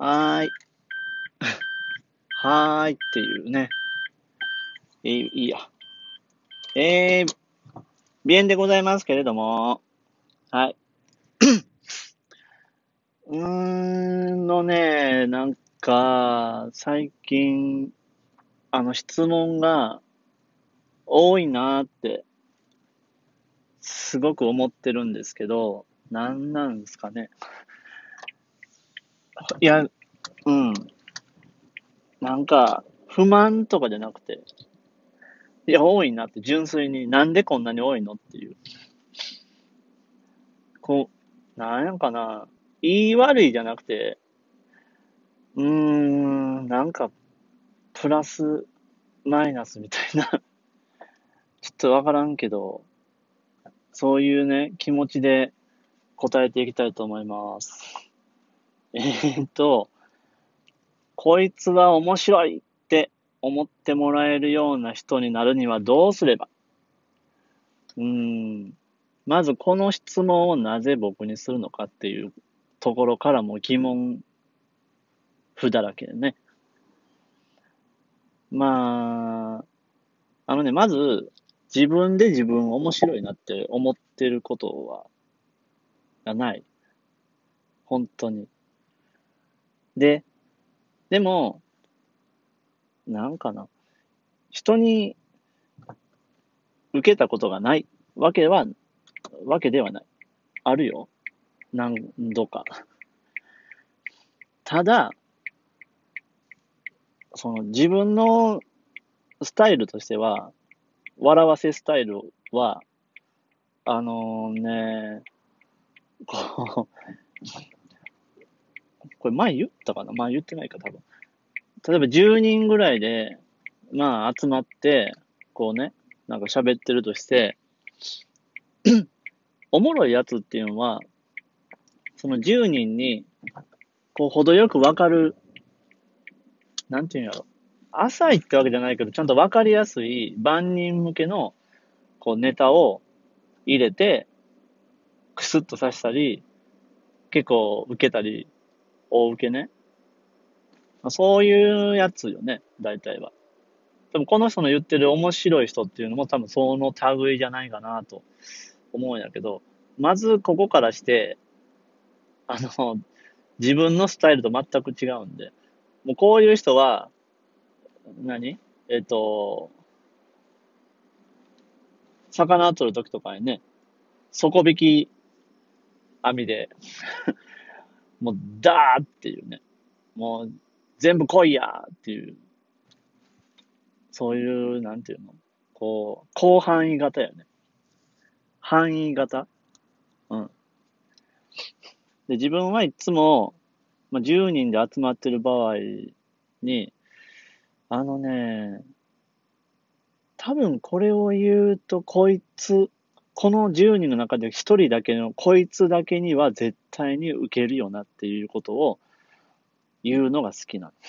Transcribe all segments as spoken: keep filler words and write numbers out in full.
はーい。はーいっていうね。いい、いいや。えー、鼻炎でございますけれども。はい。うーんのね、なんか、最近、あの、質問が多いなーって、すごく思ってるんですけど、なんなんですかね。いや、うん。なんか、不満とかじゃなくて、いや、多いなって、純粋に、なんでこんなに多いのっていう。こう、なんやかな。言い悪いじゃなくて、うーん、なんか、プラス、マイナスみたいな。ちょっとわからんけど、そういうね、気持ちで答えていきたいと思います。えーっと、こいつは面白いって思ってもらえるような人になるにはどうすれば。うーん。まずこの質問をなぜ僕にするのかっていうところからも疑問符だらけでね。まあ、あのね、まず自分で自分面白いなって思ってることはない。本当に。で、でも、なんかな。人に受けたことがないわけは、わけではない。あるよ。何度か。ただ、その自分のスタイルとしては、笑わせスタイルは、あのね、こう、これ前言ったかな、まあ言ってないか多分。例えばじゅうにんぐらいで、まあ集まって、こうね、なんか喋ってるとして、おもろいやつっていうのは、そのじゅうにんに、こう、程よくわかる、なんていうんやろ。浅いってわけじゃないけど、ちゃんとわかりやすい万人向けの、こう、ネタを入れて、クスッとさせたり、結構受けたり、大受けね。そういうやつよね、大体は。多分この人の言ってる面白い人っていうのも多分その類じゃないかなと思うんやけど、まずここからして、あの、自分のスタイルと全く違うんで、もうこういう人は、何えっと、魚取るときとかにね、底引き網で、もうダーっていうね、もう全部来いやーっていう、そういう、なんていうのこう、広範囲型よね。範囲型うん。で、自分はいつも、まあ、じゅうにんで集まってる場合に、あのね、多分これを言うと、こいつ、このじゅうにんの中でひとりだけの、こいつだけには絶対に受けるよなっていうことを言うのが好きなの。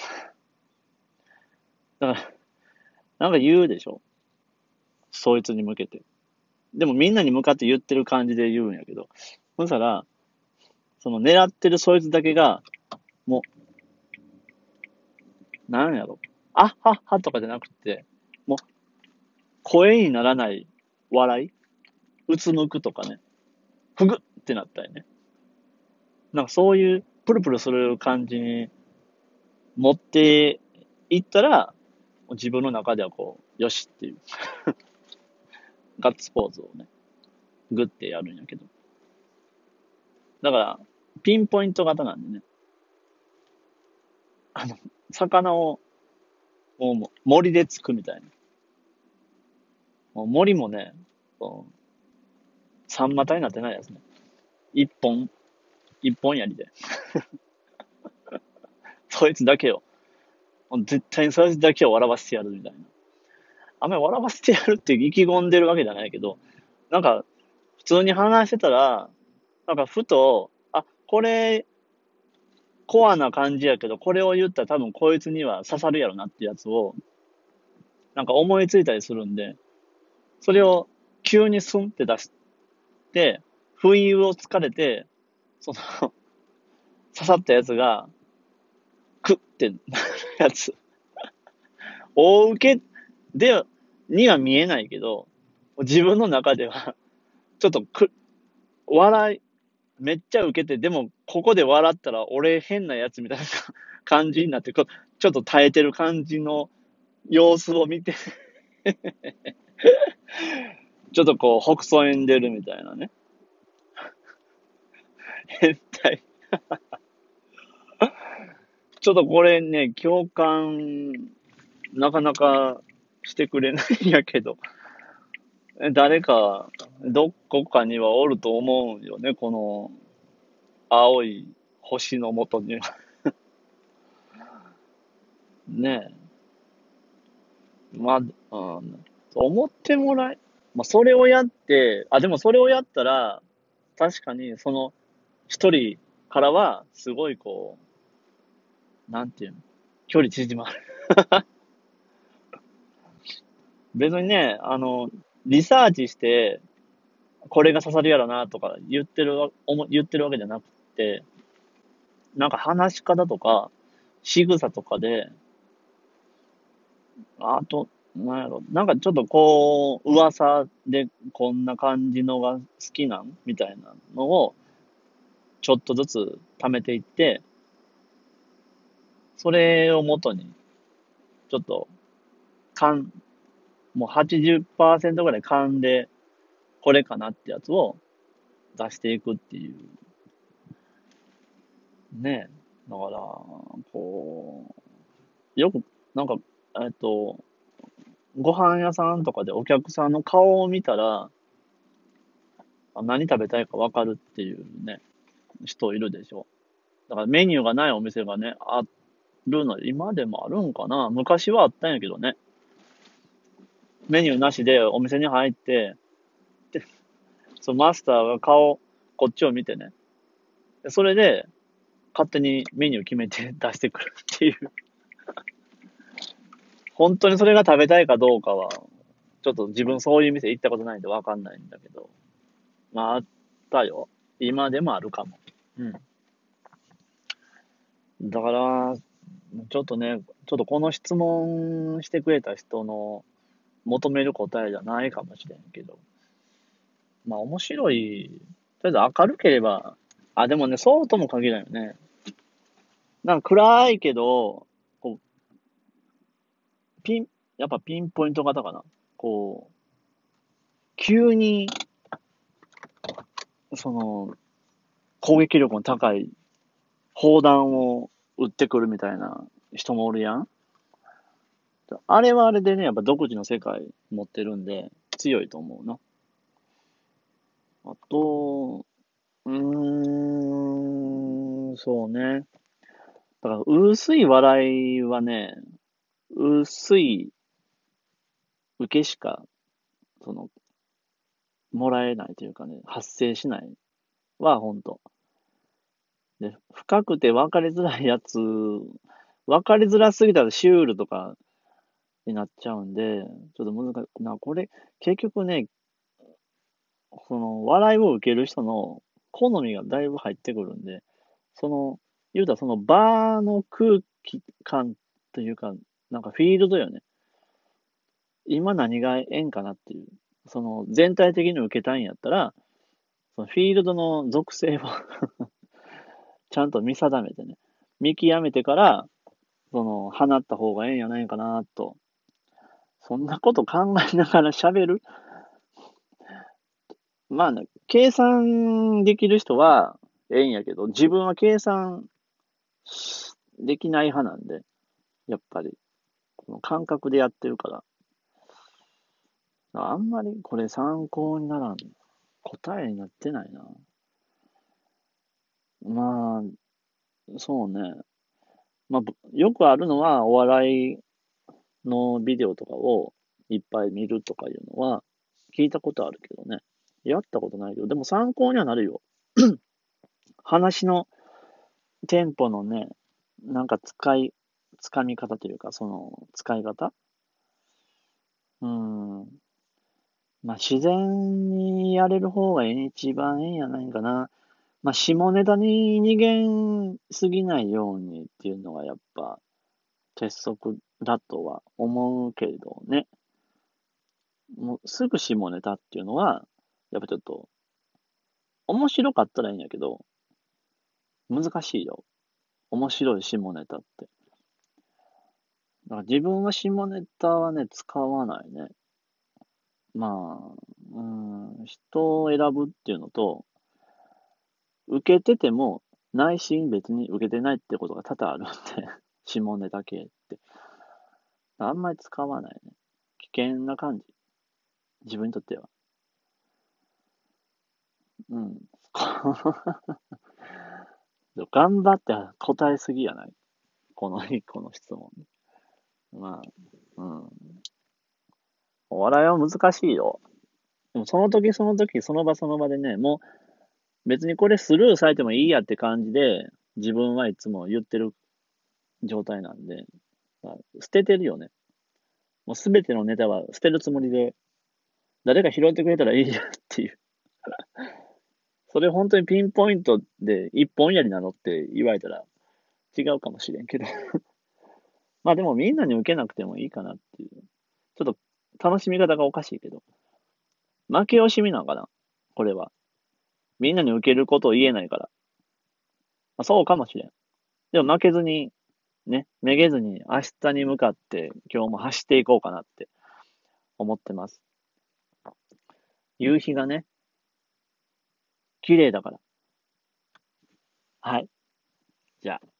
だから、なんか言うでしょそいつに向けて。でもみんなに向かって言ってる感じで言うんやけど、そしたら、その狙ってるそいつだけが、もう、なんやろ。あっはっはとかじゃなくて、もう、声にならない笑いうつむくとかね、ふぐってなったりね。なんかそういうプルプルする感じに持っていったら、自分の中ではこう、よしっていうガッツポーズをね、グッてやるんやけど。だから、ピンポイント型なんでね、あの、魚をもう森でつくみたいな。もう森もね、こう三股になってないやつね。一本、一本槍で。そいつだけを、もう絶対にそいつだけを笑わせてやるみたいな。あんまり笑わせてやるって意気込んでるわけじゃないけど、なんか、普通に話してたら、なんかふと、あ、これ、コアな感じやけど、これを言ったら多分こいつには刺さるやろなってやつを、なんか思いついたりするんで、それを急にスンって出して、不意をつかれて、その刺さったやつが、 クッてなるやつ。大受けで、には見えないけど、自分の中では、ちょっとく、笑い、めっちゃ受けて、でも、ここで笑ったら、俺変なやつみたいな感じになって、こうちょっと耐えてる感じの様子を見て、ちょっとこう、ほくそ笑んでるみたいなね。変態。ちょっとこれね、共感、なかなかしてくれないんやけど、誰か、どこかにはおると思うよね、この青い星の下には。ねえ。まあ、うん、思ってもらえ、まあ、それをやって、あ、でもそれをやったら、確かに、その、一人からは、すごいこう、なんていうの、距離縮まる。別にね、あの、リサーチして、これが刺さるやろなとか言ってるわ、思言ってるわけじゃなくて、なんか話し方とか、仕草とかで、あと、なんやろ、なんかちょっとこう、噂でこんな感じのが好きなんみたいなのを、ちょっとずつ貯めていって、それをもとに、ちょっと、勘、もうはちじゅっパーセントぐらい勘で、これかなってやつを出していくっていう。ね。だから、こう、よく、なんか、えっと、ご飯屋さんとかでお客さんの顔を見たら、あ何食べたいかわかるっていうね、人いるでしょ。だからメニューがないお店がね、あるの、今でもあるんかな。昔はあったんやけどね。メニューなしでお店に入って、で、そのマスターが顔、こっちを見てね。でそれで、勝手にメニュー決めて出してくるっていう。本当にそれが食べたいかどうかは、ちょっと自分そういう店行ったことないんでわかんないんだけど。まあ、あったよ。今でもあるかも。うん。だから、ちょっとね、ちょっとこの質問してくれた人の求める答えじゃないかもしれんけど。まあ面白い。とりあえず明るければ、あ、でもね、そうとも限らないよね。なんか暗いけど、こう、ピン、やっぱピンポイント型かな。こう、急に、その、攻撃力の高い砲弾を撃ってくるみたいな人もおるやん。あれはあれでね、やっぱ独自の世界持ってるんで、強いと思うな。あと、うーん、そうね。だから、薄い笑いはね、薄い受けしか、その、もらえないというかね、発生しないは、ほんと。で、深くて分かりづらいやつ、分かりづらすぎたらシュールとかになっちゃうんで、ちょっと難しい。な、これ、結局ね、その、笑いを受ける人の好みがだいぶ入ってくるんで、その、言うたらその場の空気感というか、なんかフィールドよね。今何がええんかなっていう。その、全体的に受けたいんやったら、そのフィールドの属性をちゃんと見定めてね、見極めてから、その、放った方がええんやないかなと。そんなこと考えながら喋る。まあね、計算できる人はええんやけど、自分は計算できない派なんで、やっぱり、この感覚でやってるから、あんまりこれ参考にならん。答えになってないな。まあ、そうね。まあ、ぶよくあるのは、お笑いのビデオとかをいっぱい見るとかいうのは、聞いたことあるけどね。やったことないけど、でも参考にはなるよ。話のテンポのね、なんか使い、つかみ方というか、その使い方うん。まあ、自然にやれる方が一番ええんやないかな。 まあ、下ネタに逃げすぎないようにっていうのがやっぱ鉄則だとは思うけどね。もうすぐ下ネタっていうのは、やっぱちょっと面白かったらいいんやけど、難しいよ。面白い下ネタって。だから自分は下ネタはね、使わないね。まあ、うん、人を選ぶっていうのと、受けてても内心別に受けてないってことが多々あるんで、下ネタ系って。あんまり使わないね。危険な感じ。自分にとっては。うん。頑張って答えすぎやない。この一個の質問。まあ、うん。お笑いは難しいよ。でもその時その時、その場その場でね、もう別にこれスルーされてもいいやって感じで、自分はいつも言ってる状態なんで、まあ捨ててるよね。もうすべてのネタは捨てるつもりで、誰か拾ってくれたらいいやっていう。それ本当にピンポイントで一本やりなのって言われたら違うかもしれんけど。まあでもみんなに受けなくてもいいかなっていう。ちょっと楽しみ方がおかしいけど。負け惜しみなんかなこれは。みんなに受けることを言えないから。まあ、そうかもしれん。でも負けずに、ね、めげずに明日に向かって今日も走っていこうかなって思ってます。夕日がね、綺麗だから。はい。じゃあ。